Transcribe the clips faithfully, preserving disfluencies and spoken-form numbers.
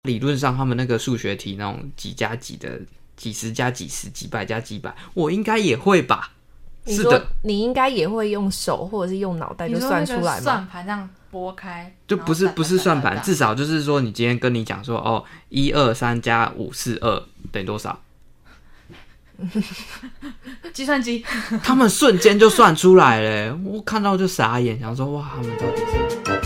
理论上他们那个数学题那种几加几的几十加几十几百加几百，我应该也会吧。 你说你应该也会用手或者是用脑袋就算出来吗？ 你说那个算盘这样拨开， 就不是不是算盘，至少就是说你今天跟你讲说哦，一二三加五四二等于多少？ 计算机， 他们瞬间就算出来了，我看到就傻眼，想说哇，他们到底是？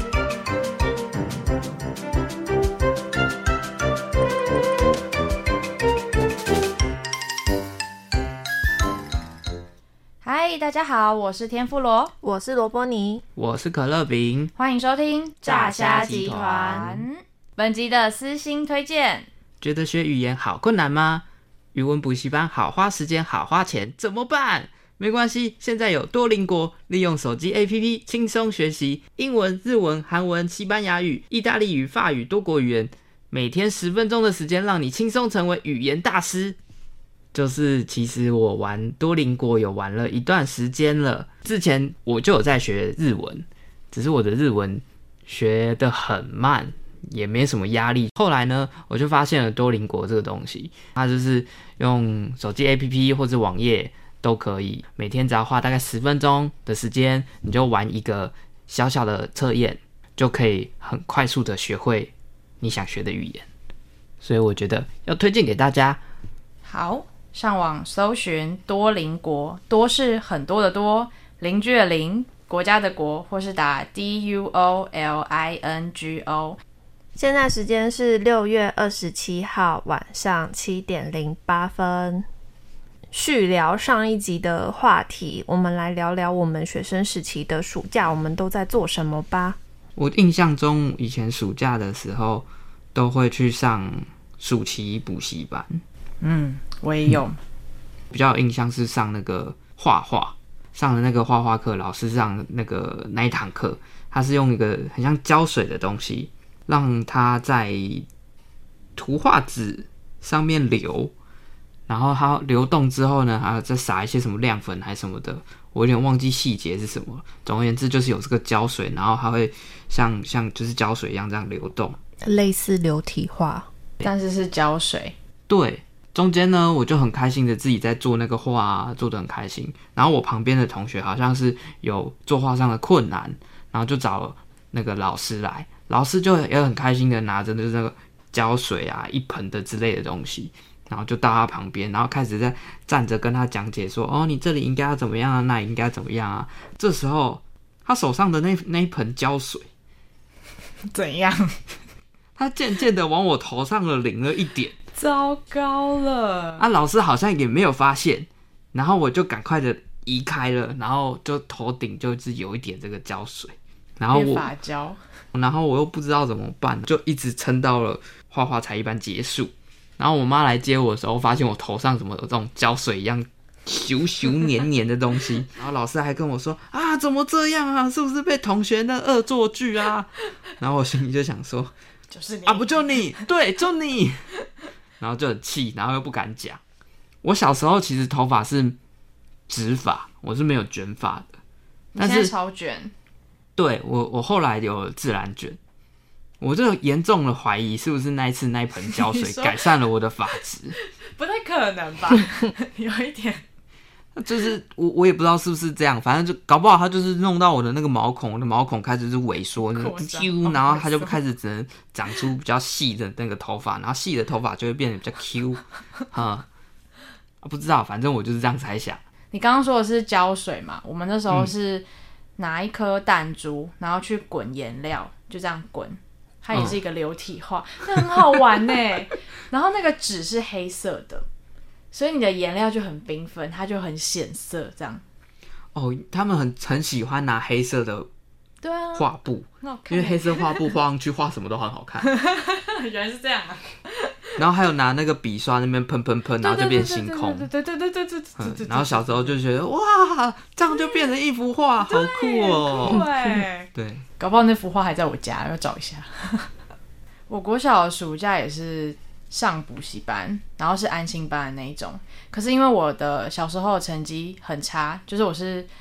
嗨，大家好，我是天妇罗， 我是罗波尼， 我是可乐饼， 欢迎收听炸虾集团。本集的私心推荐， 觉得学语言好困难吗？语文补习班好花时间好花钱，怎么办？没关系，现在有多邻国，利用手机 A P P 轻松学习英文、日文、韩文、西班牙语、意大利语、法语多国语言，每天十分钟的时间，让你轻松成为语言大师。就是其实我玩多邻国有玩了一段时间了，之前我就有在学日文，只是我的日文学得很慢，也没什么压力。后来呢，我就发现了多邻国这个东西，它就是用手机 A P P 或者网页都可以，每天只要花大概十分钟的时间，你就玩一个小小的测验，就可以很快速的学会你想学的语言。所以我觉得要推荐给大家。 好，上网搜寻多邻国，多是很多的多，邻居的邻，国家的国，或是打 D U O L I N G O。 现在时间是六月二十七号晚上七点零八分。续聊上一集的话题，我们来聊聊我们学生时期的暑假我们都在做什么吧。 我印象中以前暑假的时候都会去上暑期补习班。 嗯，我也有、嗯、 比较有印象是上那个画画，上的那个画画课，老师上那个那一堂课，他是用一个很像胶水的东西，让它在图画纸上面流，然后它流动之后呢，还要再撒一些什么亮粉还是什么的，我有点忘记细节是什么。总而言之，就是有这个胶水，然后它会像像就是胶水一样这样流动， 类似流体画， 但是是胶水。 对。中间呢，我就很开心的自己在做那个画、啊，做得很开心。然后我旁边的同学好像是有作画上的困难，然后就找那个老师来，老师就也很开心的拿着就是那个胶水啊、一盆的之类的东西，然后就到他旁边，然后开始在站着跟他讲解说：“哦，你这里应该要怎么样啊，那里应该怎么样啊。”这时候他手上的那那一盆胶水怎样？ 他渐渐的往我头上了淋了一点。 糟糕了啊！老师好像也没有发现，然后我就赶快的移开了，然后就头顶就是有一点这个胶水，然后我发胶， 然后我又不知道怎么办，就一直撑到了画画才艺班结束。然后我妈来接我的时候，发现我头上怎么有这种胶水一样咻咻黏黏的东西，然后老师还跟我说啊，怎么这样啊？是不是被同学的恶作剧啊？然后我心里就想说， 就是你啊，不就你，对，就你。然后就很气，然后又不敢讲。我小时候其实头发是直发，我是没有卷发的。但是你现在超卷。 对，我我后来有自然卷，我就严重的怀疑是不是那一次那一盆胶水改善了我的发质。 不太可能吧？有一点。 就是我我也不知道是不是这样，反正就搞不好它就是弄到我的那个毛孔，我的毛孔开始就萎缩，然后它就开始只能长出比较细的那个头发，然后细的头发就会变得比较 Q， 嗯，不知道，反正我就是这样猜想。 你刚刚说的是胶水嘛？我们那时候是拿一颗弹珠，然后去滚颜料，就这样滚，它也是一个流体画，那、嗯、很好玩耶。然后那个纸是黑色的。所以你的颜料就很缤纷，它就很显色，这样。 哦，他们很很喜欢拿黑色的对啊画布，因为黑色画布画上去画什么都很好看。 原来是这样啊！ 然后还有拿那个笔刷那边喷喷喷，然后就变星空。 对对对对对对对对。 然后小时候就觉得哇，这样就变成一幅画，好酷哦！ 对对， 搞不好那幅画还在我家，要找一下。我国小的暑假也是上补习班，然后是安心班的那一种。可是因为我的小时候的成绩很差，就是我是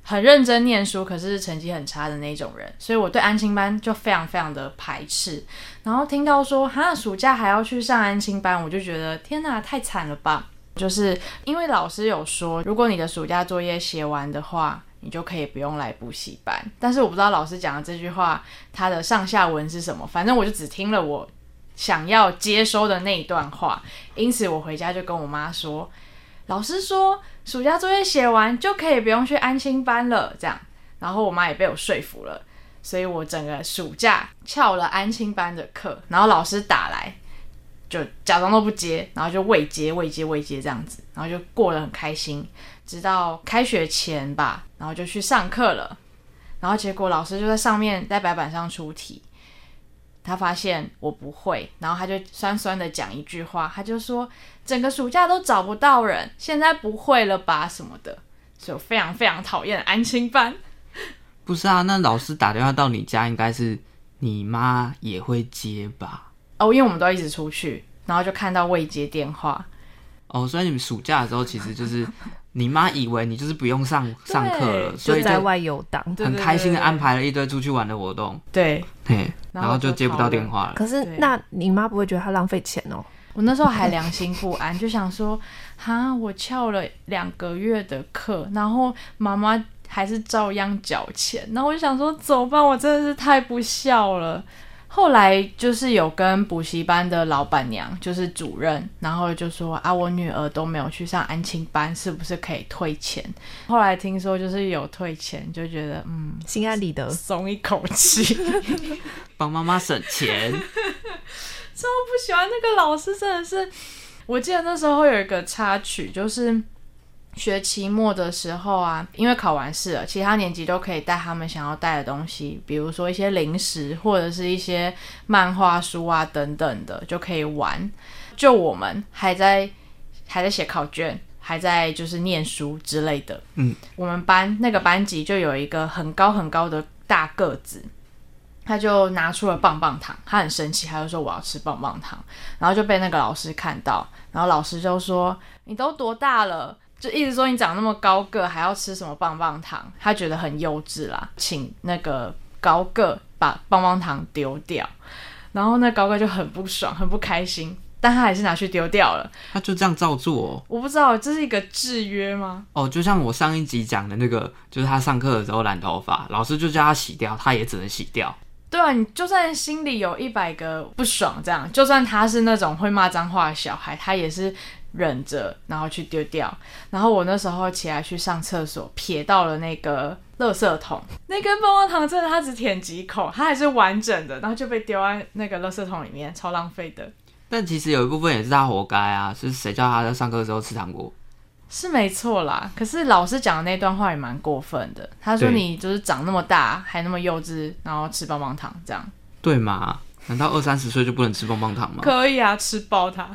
很认真念书，可是成绩很差的那种人，所以我对安亲班就非常非常的排斥。然后听到说哈暑假还要去上安亲班，我就觉得天哪，太惨了吧。就是因为老师有说，如果你的暑假作业写完的话，你就可以不用来补习班。但是我不知道老师讲的这句话它的上下文是什么，反正我就只听了我想要接收的那一段话。因此我回家就跟我妈说，老师说暑假作业写完就可以不用去安亲班了，这样。然后我妈也被我说服了，所以我整个暑假翘了安亲班的课，然后老师打来就假装都不接，然后就未接未接未接这样子，然后就过得很开心，直到开学前吧，然后就去上课了。然后结果老师就在上面在白板上出题，他发现我不会，然后他就酸酸的讲一句话，他就说整个暑假都找不到人，现在不会了吧什么的。所以我非常非常讨厌安亲班。 不是啊，那老师打电话到你家，应该是你妈也会接吧？ 哦，因为我们都一直出去，然后就看到未接电话。 哦，所以你们暑假的时候，其实就是你妈以为你就是不用上上课了，所以就在外游荡， 很开心的安排了一堆出去玩的活动。 对， 嘿，然后就接不到电话了。 可是那你妈不会觉得她浪费钱哦？ 我那时候还良心不安，就想说，哈，我翘了两个月的课，然后妈妈还是照样缴钱，然后我就想说怎么办？我真的是太不孝了。后来就是有跟补习班的老板娘，就是主任，然后就说啊，我女儿都没有去上安亲班，是不是可以退钱？后来听说就是有退钱，就觉得嗯， 心安理得， 松一口气， 帮妈妈省钱。 超不喜欢那个老师，真的是。我记得那时候会有一个插曲，就是学期末的时候啊，因为考完试了，其他年级都可以带他们想要带的东西，比如说一些零食或者是一些漫画书啊等等的，就可以玩。就我们还在还在写考卷，还在就是念书之类的。 嗯， 我们班那个班级就有一个很高很高的大个子，他就拿出了棒棒糖，他很生气，他就说我要吃棒棒糖，然后就被那个老师看到，然后老师就说你都多大了，就一直说你长那么高个还要吃什么棒棒糖，他觉得很幼稚啦，请那个高个把棒棒糖丢掉，然后那高个就很不爽很不开心，但他还是拿去丢掉了。 他就这样照做哦？ 我不知道这是一个制约吗？ 哦，就像我上一集讲的那个，就是他上课的时候染头发，老师就叫他洗掉，他也只能洗掉。 对啊，你就算心里有一百个不爽，这样，就算他是那种会骂脏话的小孩，他也是忍着，然后去丢掉。然后我那时候起来去上厕所，瞥到了那个垃圾桶，那根棒棒糖真的，他只舔几口，它还是完整的，然后就被丢在那个垃圾桶里面，超浪费的。 但其实有一部分也是他活该啊，是谁叫他在上课的时候吃糖果？ 是没错啦，可是老师讲的那段话也蛮过分的。他说你就是长那么大还那么幼稚，然后吃棒棒糖这样。 对嘛？难道二三十岁就不能吃棒棒糖吗？ 可以啊，吃爆它，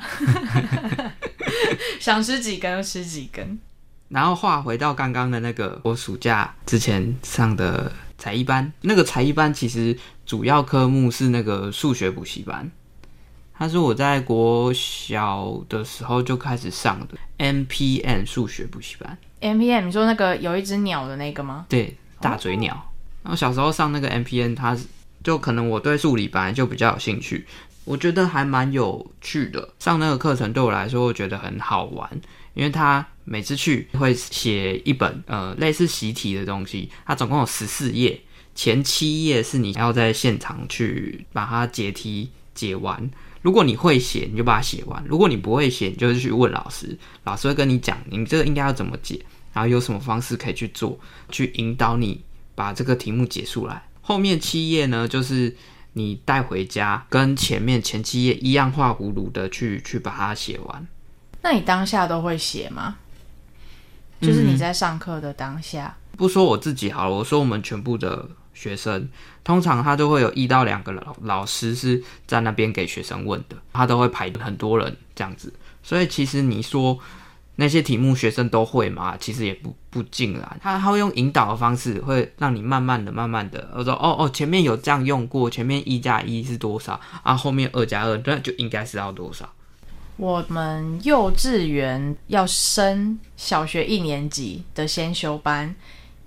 想吃几根就吃几根。 然后话回到刚刚的那个，我暑假之前上的才艺班，那个才艺班其实主要科目是那个数学补习班。它是我在国小的时候就开始上的 M P N 数学补习班。 M P N 你说那个有一只鸟的那个吗？ 对，大嘴鸟。Oh. 然后小时候上那个 M P N， 它就可能我对数理本来就比较有兴趣，我觉得还蛮有趣的。上那个课程对我来说，我觉得很好玩，因为他每次去会写一本呃类似习题的东西，它总共有十四页，前七页是你要在现场去把它解题解完。如果你会写，你就把它写完；如果你不会写，你就去问老师，老师会跟你讲你这个应该要怎么解，然后有什么方式可以去做，去引导你把这个题目解出来。后面七页呢，就是你带回家，跟前面前七页一样画葫芦的去去把它写完。 那你当下都会写吗？就是你在上课的当下、 嗯、不说我自己好了，我说我们全部的学生，通常他都会有一到两个 老, 老师是在那边给学生问的，他都会排很多人这样子，所以其实你说那些题目学生都会吗？其实也不不尽然，他他会用引导的方式，会让你慢慢的、慢慢的，我说哦哦，前面有这样用过，前面一加一是多少啊？后面二加二，那就应该是要多少？ 我们幼稚园要升小学一年级的先修班，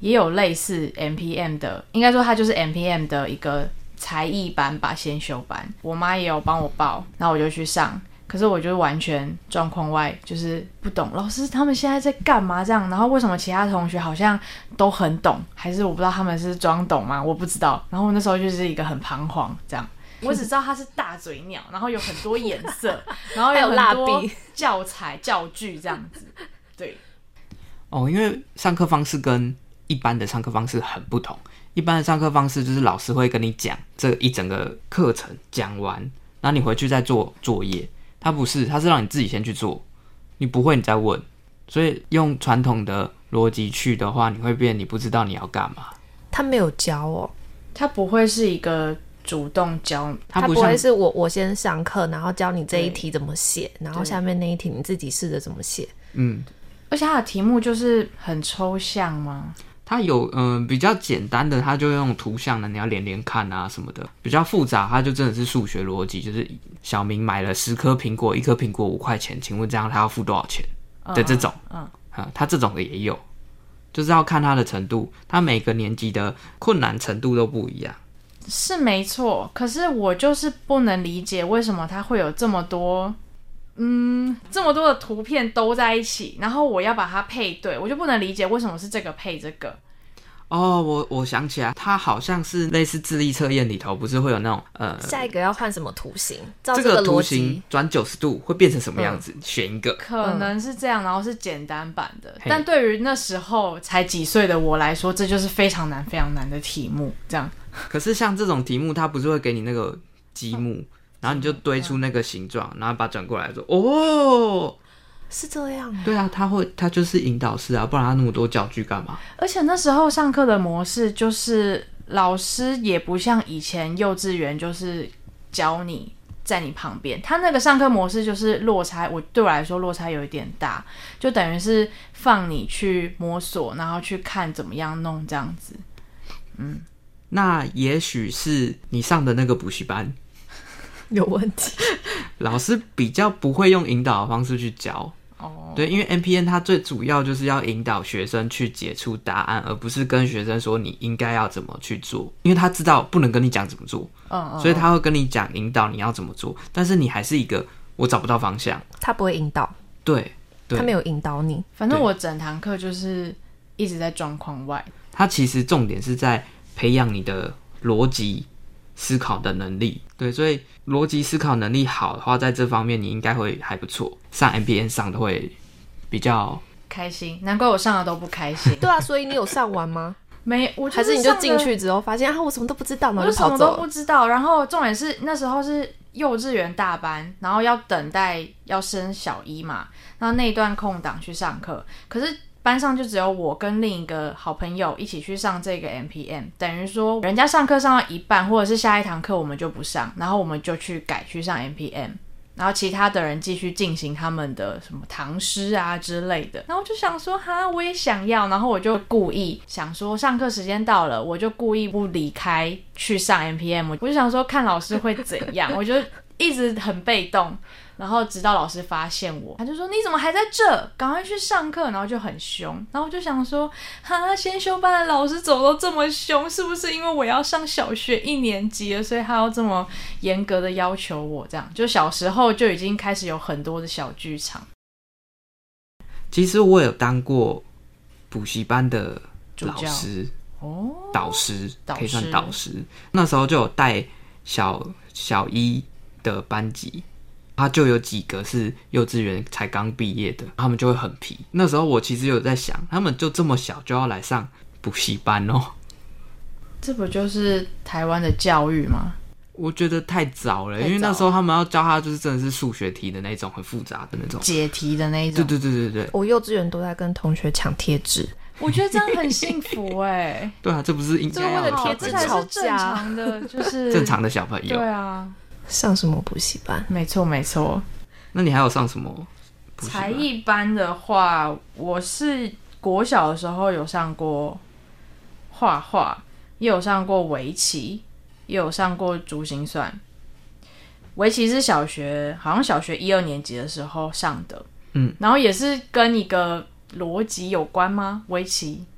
也有类似 M P M 的，应该说它就是 M P M 的一个才艺班吧，先修班。我妈也有帮我报，然后我就去上。可是我就完全状况外，就是不懂老师他们现在在干嘛这样，然后为什么其他同学好像都很懂，还是我不知道他们是装懂吗？我不知道。然后我那时候就是一个很彷徨这样，我只知道它是大嘴鸟，然后有很多颜色，然后有很多教材教具这样子。对， 哦，因为上课方式跟一般的上课方式很不同。一般的上课方式就是老师会跟你讲这一整个课程讲完，然后你回去再做作业。他不是，他是让你自己先去做，你不会你再问。所以用传统的逻辑去的话，你会变你不知道你要干嘛。 他没有教哦， 他不会是一个主动教， 他不会是我我先上课，然后教你这一题怎么写，然后下面那一题你自己试着怎么写。 嗯， 而且他的题目就是很抽象吗？ 它有嗯、呃、比较简单的，它就用图像的，你要连连看啊什么的。比较复杂，它就真的是数学逻辑，就是小明买了十颗苹果，一颗苹果五块钱，请问这样他要付多少钱的这种，嗯，嗯，他这种的也有，就是要看他的程度，他每个年级的困难程度都不一样。 是没错，可是我就是不能理解为什么他会有这么多。嗯，这么多的图片都在一起，然后我要把它配对，我就不能理解为什么是这个配这个。 哦，我我想起来，它好像是类似智力测验里头，不是会有那种呃， 下一个要换什么图形，照这个个图形转九十度会变成什么样子，嗯、选一个， 可能是这样，然后是简单版的。嗯、但对于那时候才几岁的我来说，这就是非常难、非常难的题目。这样， 可是像这种题目，它不是会给你那个积木？嗯然后你就堆出那个形状，然后把它转过来说，哦， 是这样、啊。 对啊，他会，他就是引导式啊，不然他那么多教具干嘛？ 而且那时候上课的模式就是老师也不像以前幼稚园，就是教你在你旁边，他那个上课模式就是落差，我对我来说落差有一点大，就等于是放你去摸索，然后去看怎么样弄这样子。嗯， 那也许是你上的那个补习班。 有问题， 老师比较不会用引导的方式去教。 哦， 对，因为 M P N 它最主要就是要引导学生去解出答案，而不是跟学生说你应该要怎么去做，因为他知道不能跟你讲怎么做， 嗯嗯， 所以他会跟你讲引导你要怎么做，但是你还是一个我找不到方向， 他不会引导， 对，对他没有引导你， 反正我整堂课就是一直在状况外。 他其实重点是在培养你的逻辑思考的能力，对，所以逻辑思考能力好的话，在这方面你应该会还不错，上 M P N 上的会比较开心，难怪我上的都不开心。 对啊，所以你有上完吗？ 没，我就是还是你就进去之后发现啊，我什么都不知道，然后就跑走了。 我什么都不知道，然后重点是那时候是幼稚园大班，然后要等待要升小一嘛，然后那一段空档去上课，可是班上就只有我跟另一个好朋友一起去上这个 M P M， 等于说人家上课上到一半，或者是下一堂课我们就不上，然后我们就去改去上 M P M， 然后其他的人继续进行他们的什么唐诗啊之类的，然后我就想说哈，我也想要，然后我就故意想说上课时间到了，我就故意不离开去上 M P M， 我就想说看老师会怎样，我就一直很被动。然后直到老师发现我，他就说你怎么还在这，赶快去上课，然后就很凶，然后我就想说哈，先修班的老师怎么都这么凶，是不是因为我要上小学一年级了，所以他要这么严格的要求我，这样就小时候就已经开始有很多的小剧场。 其实我有当过补习班的老师哦， 导师可以算导师，那时候就有带小小一的班级，他就有几个是幼稚园才刚毕业的，他们就会很皮。那时候我其实有在想，他们就这么小就要来上补习班哦， 这不就是台湾的教育吗？ 我觉得太早了，因为那时候他们要教他就是真的是数学题的那种很复杂的那种解题的那一种。 对对对对对， 我幼稚园都在跟同学抢贴纸， 我觉得这样很幸福哎、欸。 对啊，这不是应该要的贴纸吵架， 正常的就是正常的小朋友。 对啊， 上什么补习班？ 没错没错。 那你还有上什么补习班？ 才艺班的话，我是国小的时候有上过画画，也有上过围棋，也有上过珠心算。围棋是小学，好像小学一二年级的时候上的， 嗯， 然后也是跟一个逻辑有关吗？围棋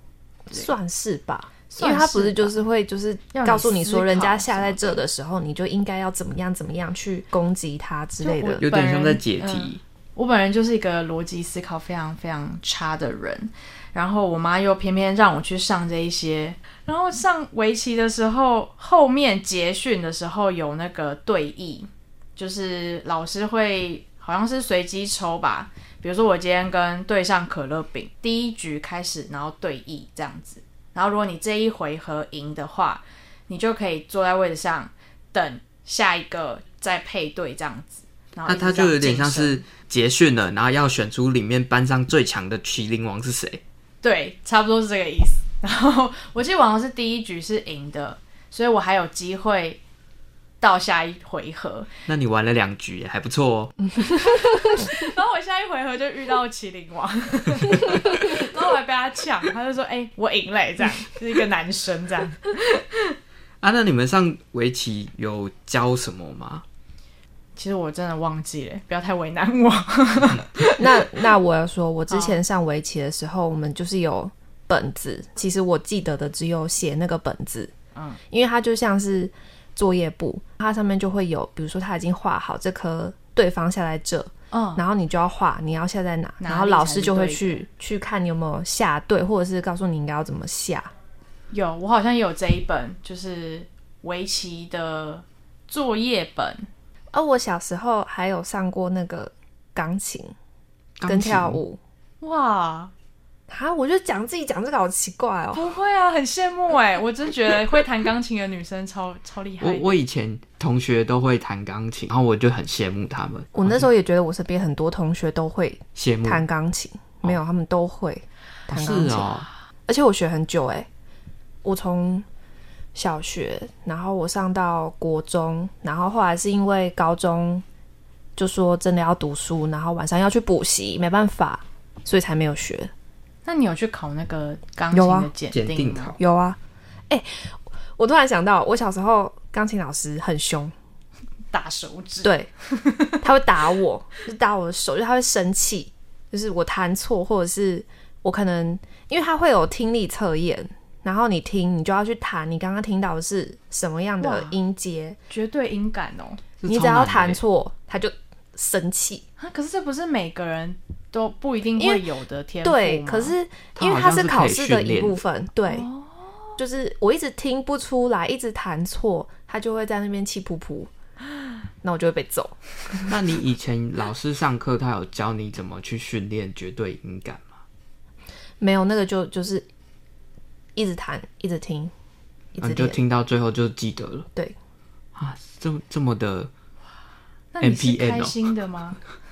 算是吧， 算是吧， 因为他不是就是会就是告诉你说人家下在这的的时候，你就应该要怎么样怎么样去攻击他之类的， 有点像在解题。 嗯我本人就是一个逻辑思考非常非常差的人，然后我妈又偏偏让我去上这一些，然后上围棋的时候，后面结训的时候有那个对弈，就是老师会好像是随机抽吧，比如说我今天跟对上可乐饼，第一局开始，然后对弈这样子，然后如果你这一回合赢的话，你就可以坐在位置上等下一个再配对这样子。 那他就有点像是结训了，然后要选出里面班上最强的麒麟王是谁？ 对，差不多是这个意思。然后我记得好像是第一局是赢的，所以我还有机会到下一回合。 那你玩了两局也还不错哦。 然后我下一回合就遇到麒麟王，然后我还被他抢，他就说：“哎、欸，我赢了、欸。”这样就是一个男生这样。 啊，那你们上围棋有教什么吗？ 其实我真的忘记了，不要太为难我。 那那我要说，我之前上围棋的时候，我们就是有本子。其实我记得的只有写那个本子，嗯，因为它就像是作业簿，它上面就会有，比如说他已经画好这颗对方下在这，嗯，然后你就要画你要下在哪，然后老师就会去去看你有没有下对，或者是告诉你应该要怎么下。 有，我好像也有这一本，就是围棋的作业本。 而我小时候还有上过那个钢琴跟跳舞。 哇， 哈，我就讲自己讲这个好奇怪哦。 不会啊，很羡慕哎，我真觉得会弹钢琴的女生超超厉害。 我我以前同学都会弹钢琴，然后我就很羡慕他们。 我那时候也觉得我身边很多同学都会羡慕弹钢琴，没有，他们都会弹钢琴。 是哦， 而且我学很久哎，我从小学，然后我上到国中，然后后来是因为高中就说真的要读书，然后晚上要去补习，没办法，所以才没有学。 那你有去考那个钢琴的检定吗？ 有啊，哎、欸，我突然想到，我小时候钢琴老师很凶， 打手指， 对，他会打我，就是打我的手，就是他会生气，就是我弹错，或者是我可能因为他会有听力测验。然后你听，你就要去弹你刚刚听到的是什么样的音阶， 绝对音感哦。 你只要弹错，他就生气啊！可是这不是每个人都不一定会有的天赋吗？ 对，可是因为它是考试的一部分，对，哦、就是我一直听不出来，一直弹错，他就会在那边气噗噗，那我就会被揍。 那你以前老师上课，他有教你怎么去训练绝对音感吗？ 没有，那个就就是。一直弹，一直听，一直你就听到最后就记得了。 对， 啊，这么这么的 M P N 哦， 那你是开心的吗？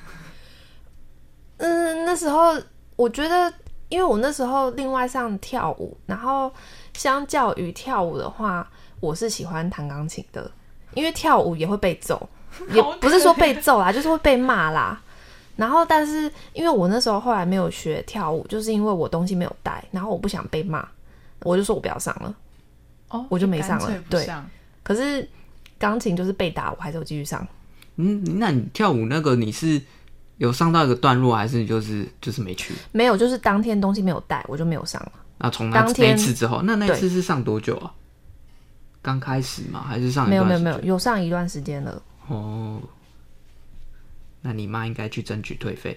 嗯，那时候我觉得，因为我那时候另外上跳舞，然后相较于跳舞的话，我是喜欢弹钢琴的，因为跳舞也会被揍，也不是说被揍啦，就是会被骂啦。然后，但是因为我那时候后来没有学跳舞，就是因为我东西没有带，然后我不想被骂。我就说我不要上了， 哦， 我就没上了。对， 上可是钢琴就是被打，我还是有继续上。 嗯，那你跳舞那个你是有上到一个段落，还是就是就是没去？ 没有，就是当天东西没有带，我就没有上了。 那从那那一次之后，那那一次是上多久啊？刚开始吗？还是上一段时间？ 没有没有没有，有上一段时间了。 哦，那你妈应该去争取退费。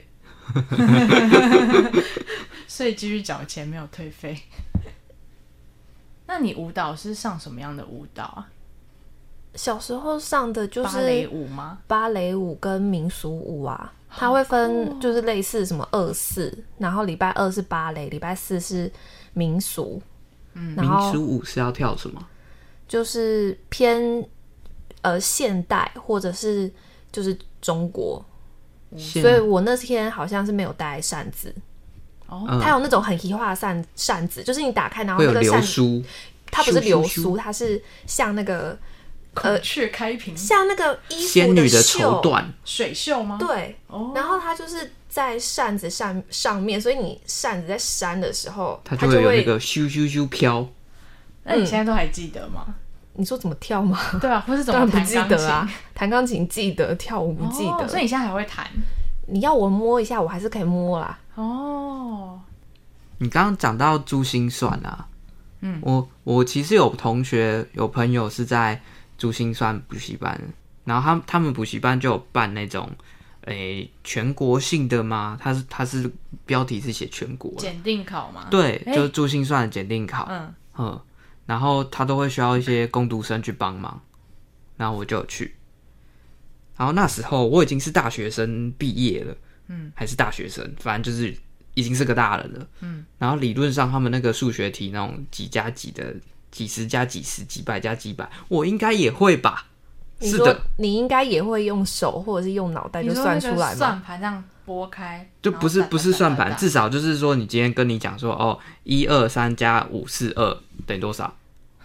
所以继续缴钱，没有退费。那你舞蹈是上什么样的舞蹈啊？ 小时候上的就是芭蕾舞吗？ 芭蕾舞跟民俗舞啊，它会分就是类似什么二四，然后礼拜二是芭蕾，礼拜四是民俗。 嗯，民俗舞是要跳什么？就是偏呃现代或者是就是中国，所以我那天好像是没有带扇子。哦，它有那种很奇化的扇扇子，就是你打开，然后那个扇子，它不是流苏，它是像那个孔雀开屏， 像那个衣服的仙女的绸缎水袖吗？ 对，哦，然后它就是在扇子上上面，所以你扇子在扇的时候， 它就会有那个咻咻咻飘。 那你现在都还记得吗？ 你说怎么跳吗？ 对啊，或是怎么弹钢琴？ 当然不记得啊，弹钢琴记得，跳舞不记得。 哦，所以你现在还会弹？ 你要我摸一下，我还是可以摸啦。 哦， 你刚刚讲到珠心算啊，嗯，我我其实有同学有朋友是在珠心算补习班，然后他他们补习班就有办那种诶全国性的吗？他是他是标题是写全国检定考吗？ 对，就是珠心算的检定考，嗯嗯，然后他都会需要一些工读生去帮忙，然后我就有去，然后那时候我已经是大学生毕业了，嗯，还是大学生，反正就是已经是个大人了，嗯，然后理论上他们那个数学题那种几加几的，几十加几十，几百加几百，我应该也会吧？ 你说你应该也会用手或者是用脑袋就算出来吗？ 算盘这样拨开， 就不是不是算盘，至少就是说，你今天跟你讲说，哦，一二三加五四二等于多少？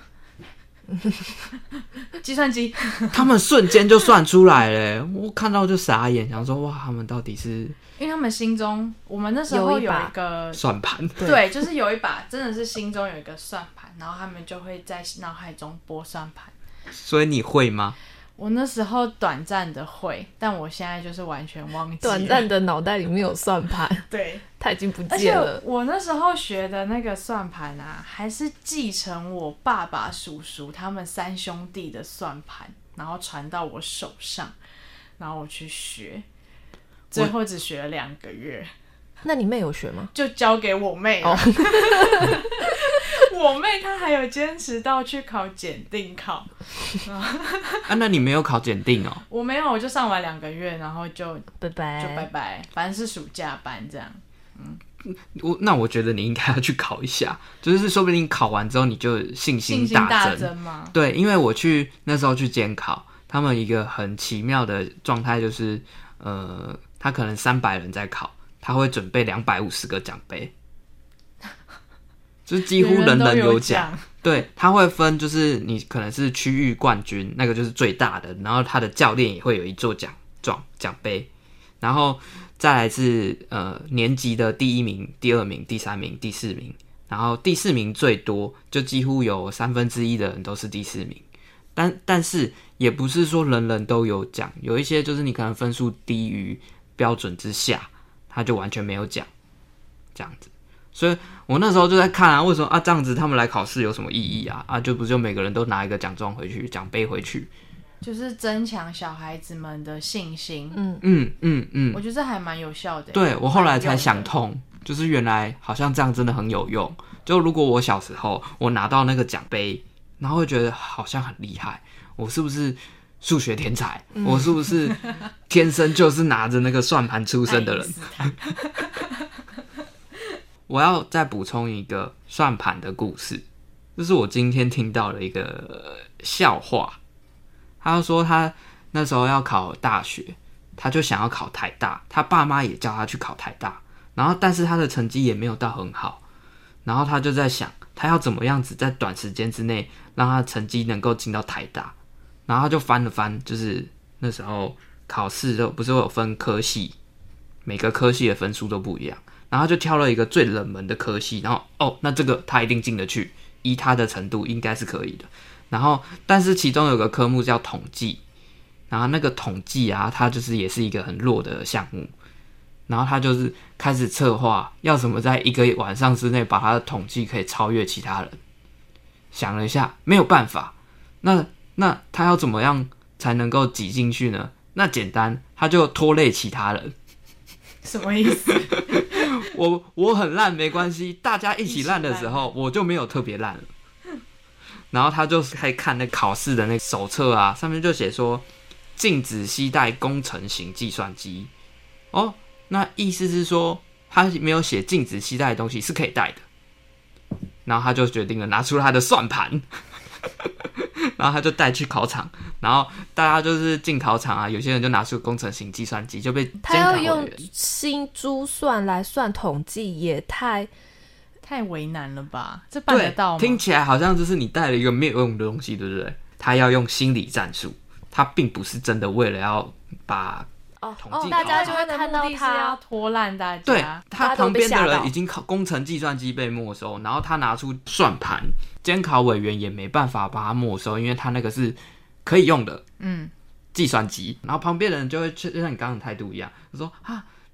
计算机， 他们瞬间就算出来了，我看到就傻眼，想说哇，他们到底是？ 因为他们心中，我们那时候有一个算盘， 对，就是有一把，真的是心中有一个算盘，然后他们就会在脑海中拨算盘。 所以你会吗？ 我那时候短暂的会，但我现在就是完全忘记了。 短暂的脑袋里面有算盘， 对， 它已经不见了。 而且我那时候学的那个算盘啊，还是继承我爸爸、叔叔他们三兄弟的算盘，然后传到我手上，然后我去学，最后只学了两个月。 那你妹有学吗？ 就交给我妹了。Oh. 我妹她还有坚持到去考检定考。 啊，那你没有考检定哦？ 我没有，我就上完两个月，然后就拜拜， 就拜拜，反正是暑假班这样。 嗯，我那我觉得你应该要去考一下，就是说不定考完之后你就信心大增。信心大增吗？对，因为我去那时候去监考，他们一个很奇妙的状态就是，呃，他可能三百人在考，他会准备两百五十个奖杯。就是几乎人人有奖，对，他会分，就是你可能是区域冠军，那个就是最大的，然后他的教练也会有一座奖状奖杯，然后再来是呃年级的第一名、第二名、第三名、第四名，然后第四名最多，就几乎有三分之一的人都是第四名，但但是也不是说人人都有奖，有一些就是你可能分数低于标准之下，他就完全没有奖，这样子。所以我那时候就在看啊，为什么啊这样子他们来考试有什么意义啊？啊，就不就每个人都拿一个奖状回去，奖杯回去， 就是增强小孩子们的信心。 嗯嗯嗯嗯， 我觉得这还蛮有效的。 对，我后来才想通，就是原来好像这样真的很有用。就如果我小时候我拿到那个奖杯，然后会觉得好像很厉害，我是不是数学天才？嗯、我是不是天生就是拿着那个算盘出生的人？我要再补充一个算盘的故事，这是我今天听到的一个笑话。他说他那时候要考大学，他就想要考台大，他爸妈也叫他去考台大，然后但是他的成绩也没有到很好，然后他就在想他要怎么样子在短时间之内让他的成绩能够进到台大，然后他就翻了翻，就是那时候考试都不是会有分科系，每个科系的分数都不一样。然后就挑了一个最冷门的科系，然后哦，那这个他一定进得去，依他的程度应该是可以的。然后，但是其中有个科目叫统计，然后那个统计啊，它就是也是一个很弱的项目。然后他就是开始策划，要怎么在一个晚上之内把他的统计可以超越其他人。想了一下，没有办法。那那他要怎么样才能够挤进去呢？那简单，他就拖累其他人。 什么意思？ 我我很烂没关系，大家一起烂的时候，我就没有特别烂了。然后他就开始看那考试的那手册啊，上面就写说禁止携带工程型计算机。哦，那意思是说他没有写禁止携带的东西是可以带的。然后他就决定了拿出他的算盘。然后他就带去考场，然后大家就是进考场啊，有些人就拿出工程型计算机，就被监考委员。 他要用新珠算来算统计，也太太为难了吧？这办得到吗？ 听起来好像就是你带了一个没有用的东西，对不对？他要用心理战术，他并不是真的为了要把统计、哦哦、 大家就会看到他要拖烂大家。 对，他旁边的人已经考工程计算机被没收，然后他拿出算盘。监考委员也没办法把它没收，因为他那个是可以用的，嗯，计算机。然后旁边的人就会就像你刚刚的态度一样，就说啊，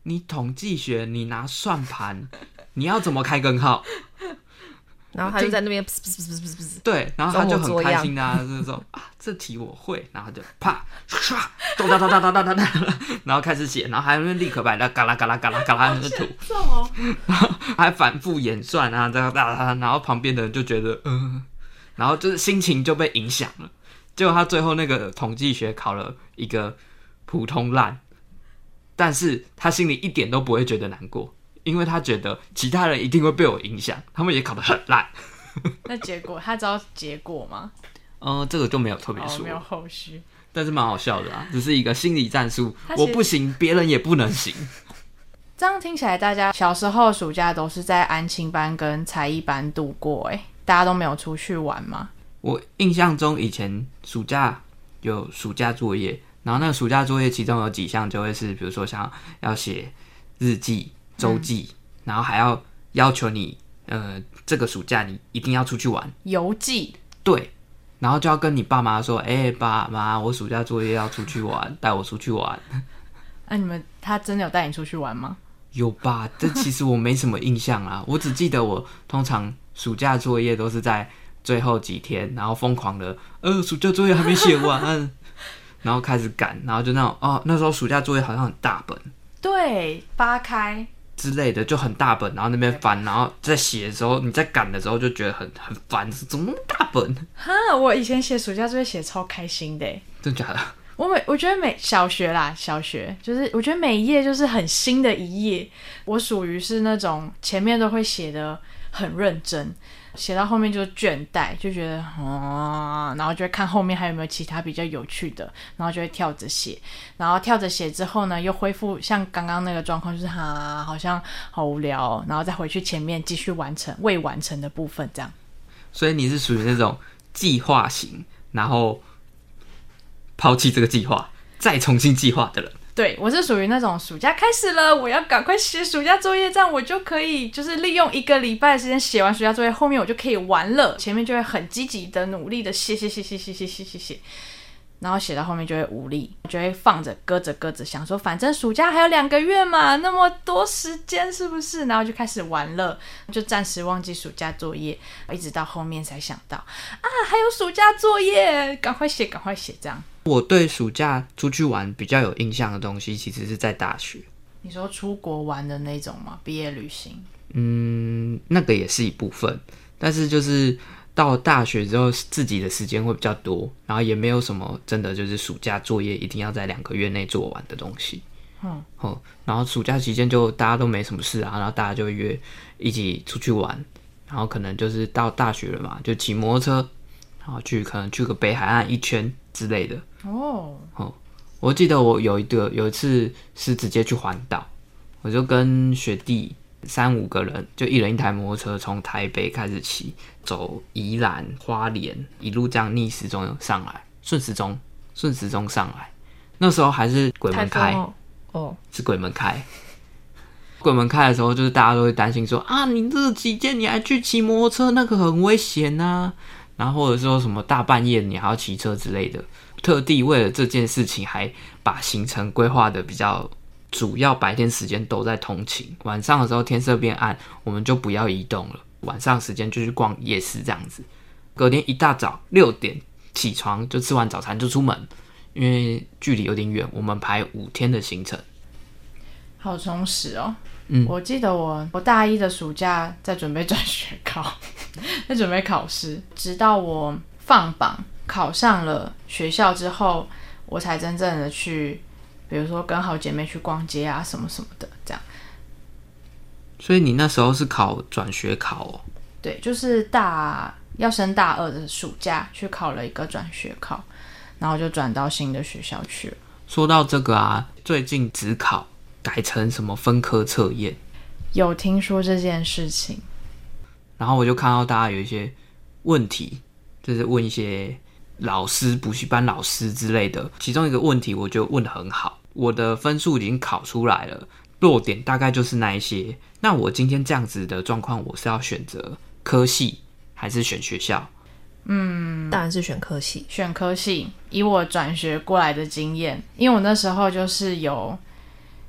你统计学，你拿算盘，你要怎么开根号？ 然后他就在那边噗噗噗噗噗噗， 对，然后他就很开心的、啊，就是说啊，这题我会，然后就啪唰，咚哒哒哒哒哒哒哒，然后开始写，然后还在那边立刻摆那嘎啦嘎啦嘎啦嘎啦那个图， 哦、 然后还反复演算啊，哒哒哒，然后旁边的人就觉得嗯、呃，然后就是心情就被影响了。结果他最后那个统计学考了一个普通烂，但是他心里一点都不会觉得难过。因为他觉得其他人一定会被我影响，他们也考得很烂。 那结果他知道结果吗？ 嗯、呃，这个就没有特别说、哦， 没有后续， 但是蛮好笑的啊，只是一个心理战术，我不行，别人也不能行。 这样听起来，大家小时候暑假都是在安亲班跟才艺班度过，哎，大家都没有出去玩吗？ 我印象中以前暑假有暑假作业，然后那个暑假作业其中有几项就会是，比如说像要写日记。周记、嗯，然后还要要求你，呃，这个暑假你一定要出去玩。 游记。 对，然后就要跟你爸妈说，哎、欸，爸妈，我暑假作业要出去玩，带我出去玩。 那、啊、你们他真的有带你出去玩吗？ 有吧？这其实我没什么印象啊，我只记得我通常暑假作业都是在最后几天，然后疯狂的，呃，暑假作业还没写完，然后开始赶，然后就那种，哦，那时候暑假作业好像很大本。 对，八开。 之类的就很大本，然后那边翻，然后在写的时候，你在赶的时候就觉得很很烦，怎么那么大本？ 哈，我以前写暑假作业写超开心的， 真假的？ 我每我觉得每小学啦，小学就是我觉得每一页就是很新的一页，我属于是那种前面都会写的很认真。写到后面就倦怠，就觉得哦，然后就会看后面还有没有其他比较有趣的，然后就会跳着写，然后跳着写之后呢，又恢复像刚刚那个状况，就是哈，好像好无聊、哦，然后再回去前面继续完成未完成的部分，这样。 所以你是属于那种计划型，然后抛弃这个计划，再重新计划的人。 对，我是属于那种暑假开始了，我要赶快写暑假作业，这样我就可以就是利用一个礼拜的时间写完暑假作业，后面我就可以玩了。前面就会很积极的努力的写写写写写写写写写，然后写到后面就会无力，就会放着搁着搁着，想说反正暑假还有两个月嘛，那么多时间是不是？然后就开始玩了，就暂时忘记暑假作业，一直到后面才想到啊，还有暑假作业，赶快写赶快写这样。 我对暑假出去玩比较有印象的东西，其实是在大学。 你说出国玩的那种吗？毕业旅行？ 嗯，那个也是一部分，但是就是到大学之后，自己的时间会比较多，然后也没有什么真的就是暑假作业一定要在两个月内做完的东西。嗯，哦，然后暑假期间就大家都没什么事啊，然后大家就会约一起出去玩，然后可能就是到大学了嘛，就骑摩托车，然后去可能去个北海岸一圈之类的。哦，哦，我记得我有一个有一次是直接去环岛，我就跟学弟三五个人，就一人一台摩托车，从台北开始骑，走宜兰、花莲，一路这样逆时钟上来，顺时钟，顺时钟上来。那时候还是鬼门开，哦，哦是鬼门开。鬼门开的时候，就是大家都会担心说啊，你这期间你还去骑摩托车，那个很危险啊。然后或者说什么大半夜你还要骑车之类的。特地为了这件事情，还把行程规划的比较主要，白天时间都在通勤，晚上的时候天色变暗，我们就不要移动了，晚上时间就去逛夜市这样子。隔天一大早六点起床，就吃完早餐就出门，因为距离有点远，我们排五天的行程， 好充实哦。嗯，我记得我我大一的暑假在准备转学考，在准备考试，直到我放榜考上了学校之后，我才真正的去，比如说跟好姐妹去逛街啊，什么什么的，这样。 所以你那时候是考转学考哦？ 对，就是大要升大二的暑假去考了一个转学考，然后就转到新的学校去了。 说到这个啊，最近指考改成什么分科测验， 有听说这件事情， 然后我就看到大家有一些问题，就是问一些老师、补习班老师之类的。其中一个问题我觉得问得很好，我的分数已经考出来了，弱点大概就是那一些。那我今天这样子的状况，我是要选择科系还是选学校？ 嗯，当然是选科系。 选科系，以我转学过来的经验，因为我那时候就是有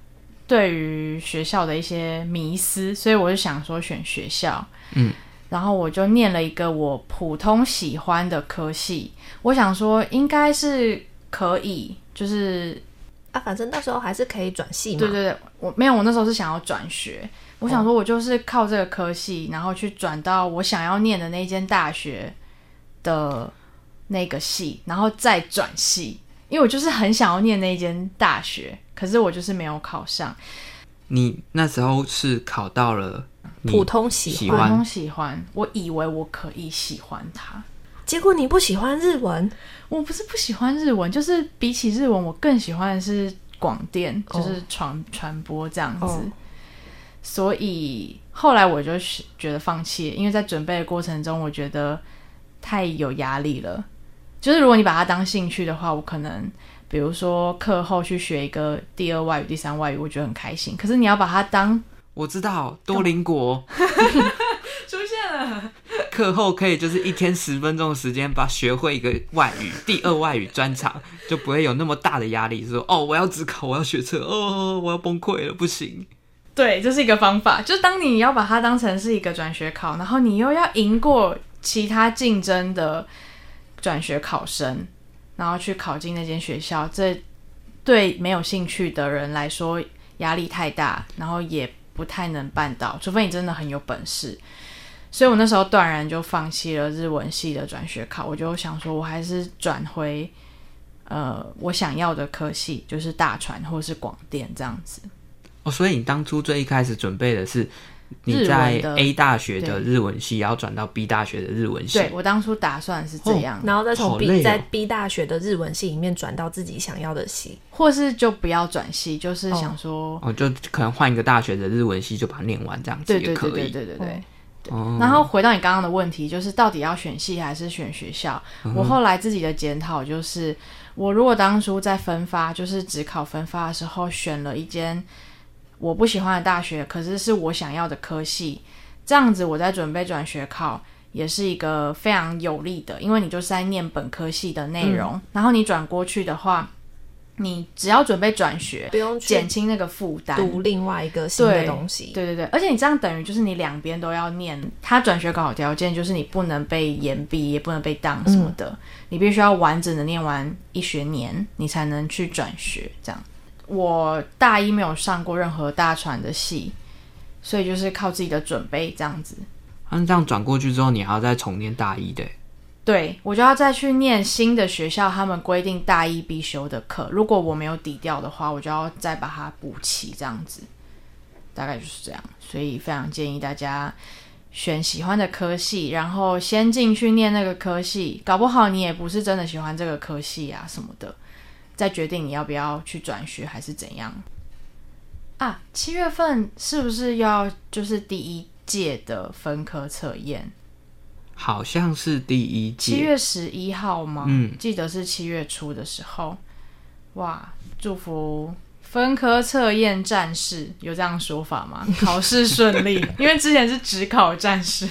对于学校的一些迷思，所以我就想说选学校。嗯，然后我就念了一个我普通喜欢的科系，我想说应该是可以，就是啊，反正到时候还是可以转系嘛。 对对对，我没有，我那时候是想要转学，我想说我就是靠这个科系，然后去转到我想要念的那间大学的那个系，然后再转系，因为我就是很想要念那间大学，可是我就是没有考上。 你那时候是考到了普通喜欢， 普通喜欢，我以为我可以喜欢它， 结果你不喜欢日文。 我不是不喜欢日文，就是比起日文我更喜欢的是广电， 哦、 就是传传播这样子、哦、所以后来我就觉得放弃了，因为在准备的过程中我觉得太有压力了，就是如果你把它当兴趣的话，我可能比如说课后去学一个第二外语第三外语我觉得很开心，可是你要把它当我知道多邻国出现了， 课后可以就是一天十分钟的时间把学会一个外语第二外语专长，就不会有那么大的压力说哦我要指考我要学测哦我要崩溃了不行。 对，这是一个方法，就是当你要把它当成是一个转学考，然后你又要赢过其他竞争的转学考生，然后去考进那间学校，这对没有兴趣的人来说压力太大，然后也不太能办到，除非你真的很有本事。所以我那时候断然就放弃了日文系的转学考，我就想说我还是转回呃我想要的科系，就是大传或是广电这样子。 哦，所以你当初最一开始准备的是你在 A 大学的日文系要转到 B 大学的日文系。 对，我当初打算是这样、 哦、然后再从 B、 哦、 在 B 大学的日文系里面转到自己想要的系， 或是就不要转系，就是想说哦, 哦，就可能换一个大学的日文系就把它念完这样子也可以。 对对对对对对对、 哦、 然后回到你刚刚的问题，就是到底要选系还是选学校、嗯、我后来自己的检讨就是我如果当初在分发就是只考分发的时候选了一间我不喜欢的大学，可是是我想要的科系，这样子我在准备转学考也是一个非常有利的，因为你就是在念本科系的内容、嗯、然后你转过去的话你只要准备转学， 不用减轻那个负担， 读另外一个新的东西。 对对对，而且你这样等于就是你两边都要念，他转学考条件就是你不能被延毕，也不能被当什么的、嗯、你必须要完整的念完一学年你才能去转学这样。我大一没有上过任何大传的系，所以就是靠自己的准备这样子。 那、啊、这样转过去之后你还要再重念大一的？ 对，我就要再去念新的学校他们规定大一必修的课，如果我没有抵掉的话我就要再把它补齐这样子，大概就是这样。所以非常建议大家选喜欢的科系，然后先进去念那个科系，搞不好你也不是真的喜欢这个科系啊什么的，再决定你要不要去转学还是怎样啊。七月份是不是要就是第一届的分科测验？ 好像是第一届， 七月十一号吗？ 嗯， 记得是七月初的时候。哇，祝福分科测验战士，有这样说法吗？考试顺利，因为之前是只考战士。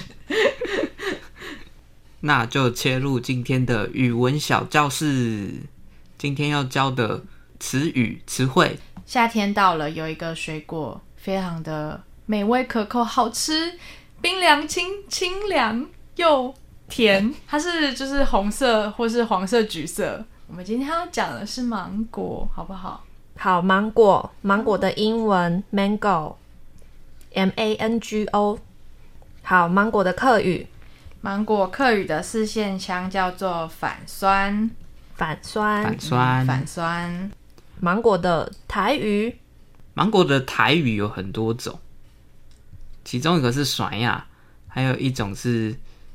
那就切入今天的语文小教室。今天要教的词语词汇。 夏天到了，有一个水果非常的美味可口好吃，冰凉清清凉又甜，它是就是红色或是黄色橘色。我们今天要讲的是芒果，好不好？ 好，芒果，芒果的英文 mango M A N G O。 好，芒果的客语， 芒果客语的四线腔叫做反酸反酸反酸反酸。 芒果的台语， 芒果的台语有很多种，其中一个是甩呀，还有一种是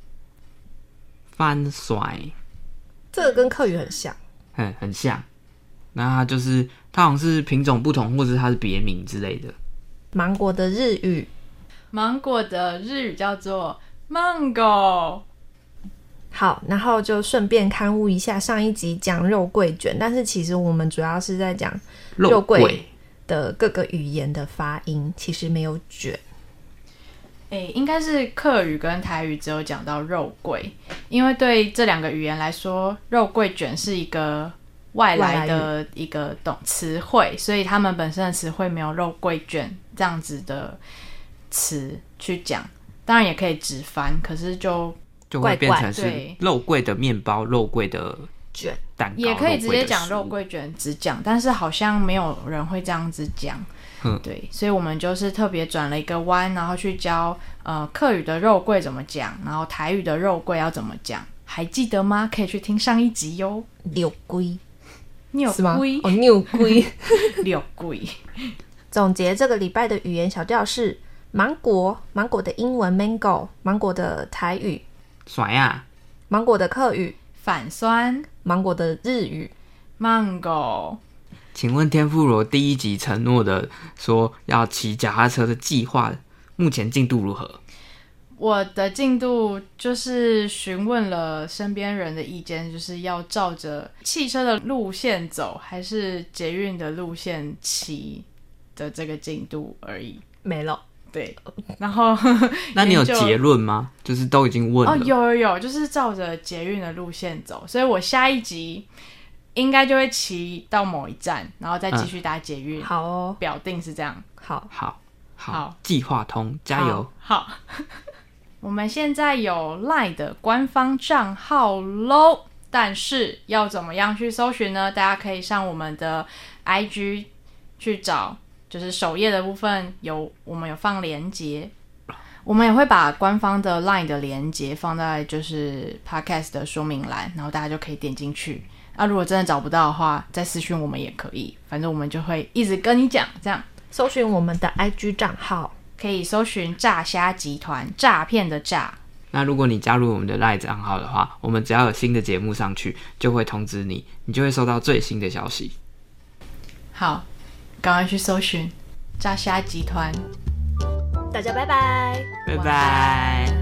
翻甩， 这个跟客语很像， 很很像。那它就是它好像是品种不同，或者它是别名之类的。 芒果的日语， 芒果的日语叫做 mango。 好，然后就顺便刊物一下上一集讲肉桂卷，但是其实我们主要是在讲肉桂的各个语言的发音，其实没有卷。 诶，应该是客语跟台语只有讲到肉桂，因为对这两个语言来说，肉桂卷是一个外来的一个懂词汇，所以他们本身的词汇没有肉桂卷这样子的词去讲，当然也可以直翻，可是就就会变成是肉桂的面包、肉桂的卷蛋糕， 也可以直接讲肉桂卷只讲，但是好像没有人会这样子讲。 嗯， 对，所以我们就是特别转了一个弯，然后去教呃客语的肉桂怎么讲，然后台语的肉桂要怎么讲，还记得吗？可以去听上一集哟。 六龟六龟哦，六龟六龟。 总结这个礼拜的语言小调是芒果，芒果的英文 mango， 芒果的台语甩啊， 芒果的客语反酸， 芒果的日语 mango。 请问天妇罗第一集承诺的说要骑脚踏车的计划，目前进度如何？ 我的进度就是询问了身边人的意见，就是要照着汽车的路线走，还是捷运的路线骑的这个进度而已。 没了。 对，然后那你有结论吗？就是都已经问了。 哦，有有有，就是照着捷运的路线走，所以我下一集应该就会骑到某一站，然后再继续搭捷运。 嗯、好哦， 表定是这样。 好， 好， 好， 好，计划通，加油！ 好，好我们现在有 LINE 的官方账号咯，但是要怎么样去搜寻呢？大家可以上我们的 I G 去找，就是首页的部分有我们有放连结，我们也会把官方的 LINE 的连结放在就是 Podcast 的说明栏，然后大家就可以点进去。啊，如果真的找不到的话，再私讯我们也可以，反正我们就会一直跟你讲。这样搜寻我们的 I G 账号， 可以搜寻诈虾集团，诈骗的诈。 那如果你加入我们的 LINE 账号的话，我们只要有新的节目上去，就会通知你，你就会收到最新的消息。 好，赶快去搜寻诈虾集团。 大家拜拜， 拜拜。